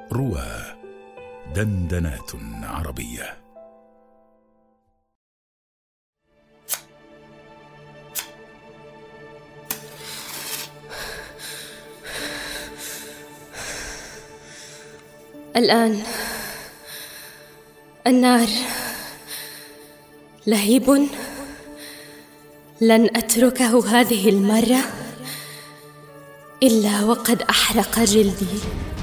روى دندنات عربية. الآن النار لهيب، لن أتركه هذه المرة إلا وقد أحرق جلدي.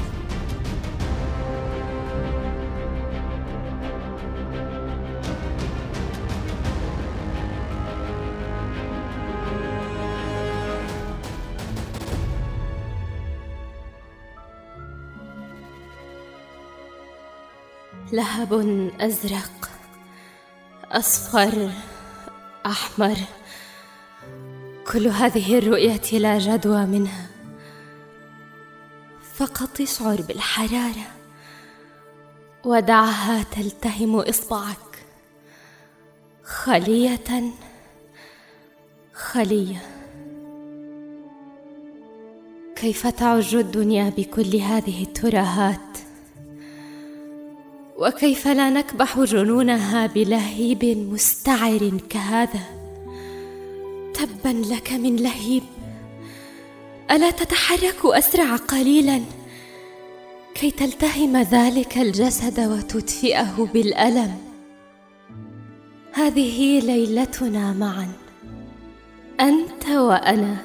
لهب أزرق، أصفر، أحمر، كل هذه الرؤية لا جدوى منها، فقط اشعر بالحرارة ودعها تلتهم إصبعك خلية خلية. كيف تعج الدنيا بكل هذه الترهات، وكيف لا نكبح جنونها بلهيب مستعر كهذا؟ تبا لك من لهيب، ألا تتحرك أسرع قليلا كي تلتهم ذلك الجسد وتدفئه بالألم؟ هذه ليلتنا معا، أنت وأنا.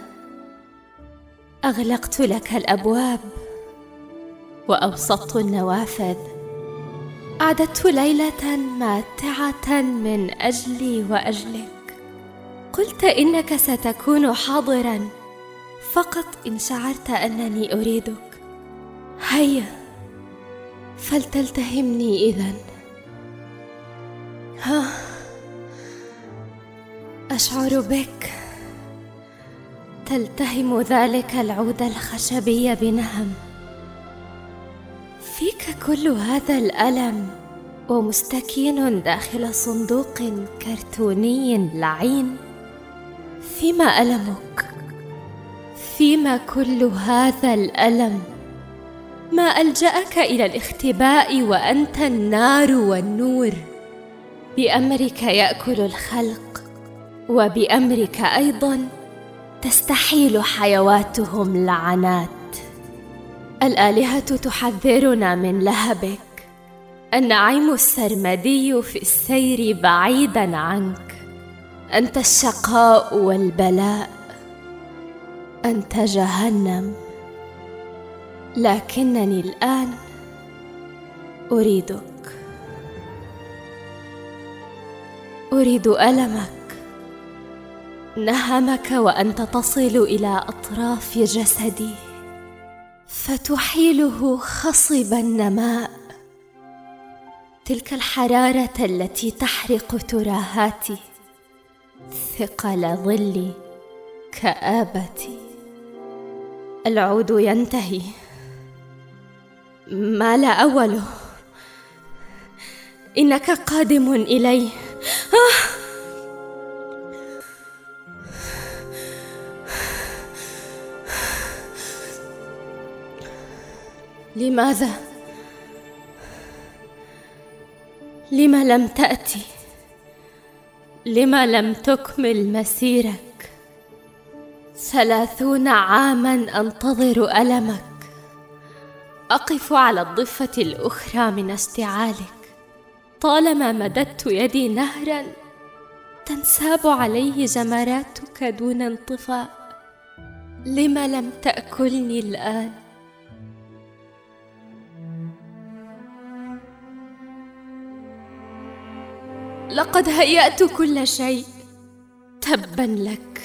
أغلقت لك الأبواب وأوسطت النوافذ، أعددت ليلة ماتعة من أجلي وأجلك. قلت إنك ستكون حاضرا فقط إن شعرت أنني أريدك. هيا فلتلتهمني إذن. أشعر بك تلتهم ذلك العود الخشبي بنهم. فيك كل هذا الألم ومستكين داخل صندوق كرتوني لعين. فيما ألمك؟ فيما كل هذا الألم؟ ما ألجأك إلى الاختباء وأنت النار والنور؟ بأمرك يأكل الخلق، وبأمرك أيضا تستحيل حيواتهم لعنات. الآلهة تحذرنا من لهبك، النعيم السرمدي في السير بعيدا عنك. أنت الشقاء والبلاء، أنت جهنم. لكنني الآن أريد ألمك، نهمك وأنت تصل إلى أطراف جسدي فتحيله خصب النماء. تلك الحرارة التي تحرق تراهاتي، ثقل ظلي، كآبتي. العود ينتهي، ما لا أوله. إنك قادم إلي. لماذا؟ لما لم تأتي؟ لما لم تكمل مسيرك؟ 30 عاما أنتظر ألمك، أقف على الضفة الأخرى من اشتعالك، طالما مددت يدي نهرا تنساب عليه جمراتك دون انطفاء. لما لم تأكلني الآن؟ لقد هيأت كل شيء. تبا لك.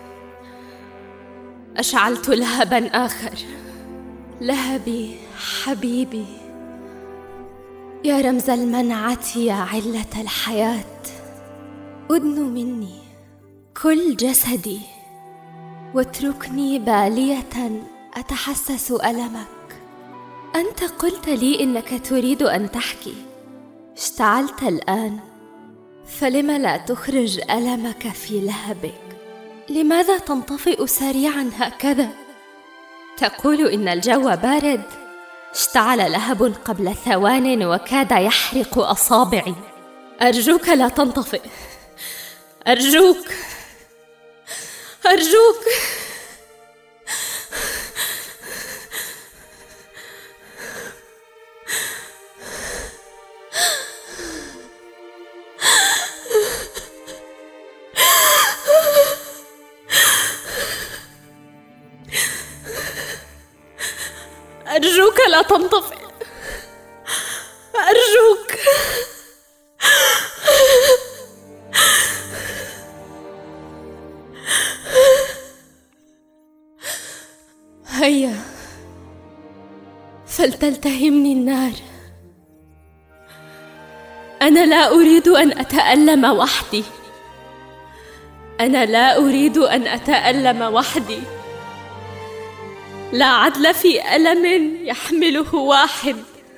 أشعلت لهبا آخر، لهبي حبيبي، يا رمز المنعة، يا علة الحياة. أدن مني كل جسدي واتركني بالية أتحسس ألمك. أنت قلت لي إنك تريد أن تحكي، اشتعلت الآن، فلم لا تخرج ألمك في لهبك؟ لماذا تنطفئ سريعا هكذا؟ تقول إن الجو بارد، اشتعل لهب قبل ثوان وكاد يحرق أصابعي. أرجوك لا تنطفئ، أرجوك أرجوك. أرجوك لا تنطفئ، أرجوك. هيا فلتلتهمني النار. أنا لا أريد أن أتألم وحدي، أنا لا أريد أن أتألم وحدي. لا عدل في ألم يحمله واحد،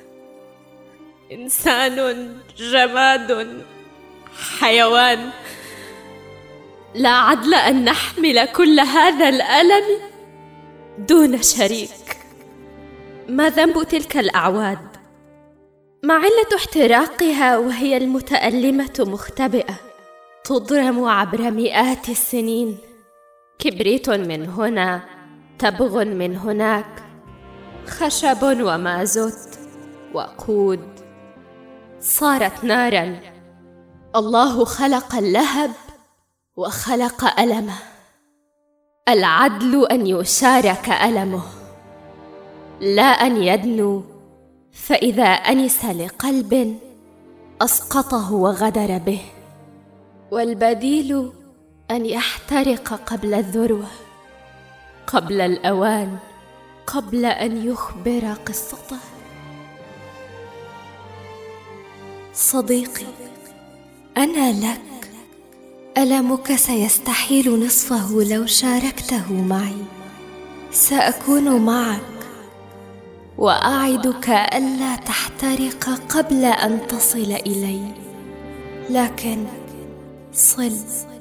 إنسان، جماد، حيوان. لا عدل أن نحمل كل هذا الألم دون شريك. ما ذنب تلك الأعواد؟ ما علة احتراقها وهي المتألمة مختبئة تضرم عبر مئات السنين؟ كبريت من هنا، تبغ من هناك، خشب ومازوت وقود، صارت نارا. الله خلق اللهب وخلق ألمه. العدل أن يشارك ألمه، لا أن يدنو، فإذا أنس لقلب أسقطه وغدر به. والبديل أن يحترق قبل الذروة، قبل الأوان، قبل أن يخبر قصته. صديقي، أنا لك. ألمك سيستحيل نصفه لو شاركته معي. سأكون معك وأعدك ألا تحترق قبل أن تصل إلي، لكن صل